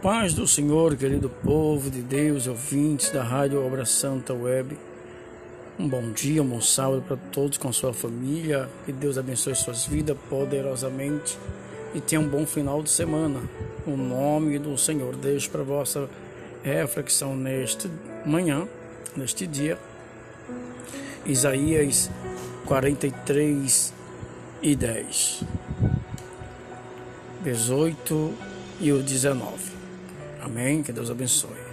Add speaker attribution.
Speaker 1: Paz do Senhor, querido povo de Deus, ouvintes da Rádio Obra Santa Web. Um bom dia, um bom sábado para todos com sua família. Que Deus abençoe suas vidas poderosamente e tenha um bom final de semana. O nome do Senhor, deixo para vossa reflexão neste manhã, neste dia. Isaías 43 e 10, 18 e o 19. Amém? Que Deus abençoe.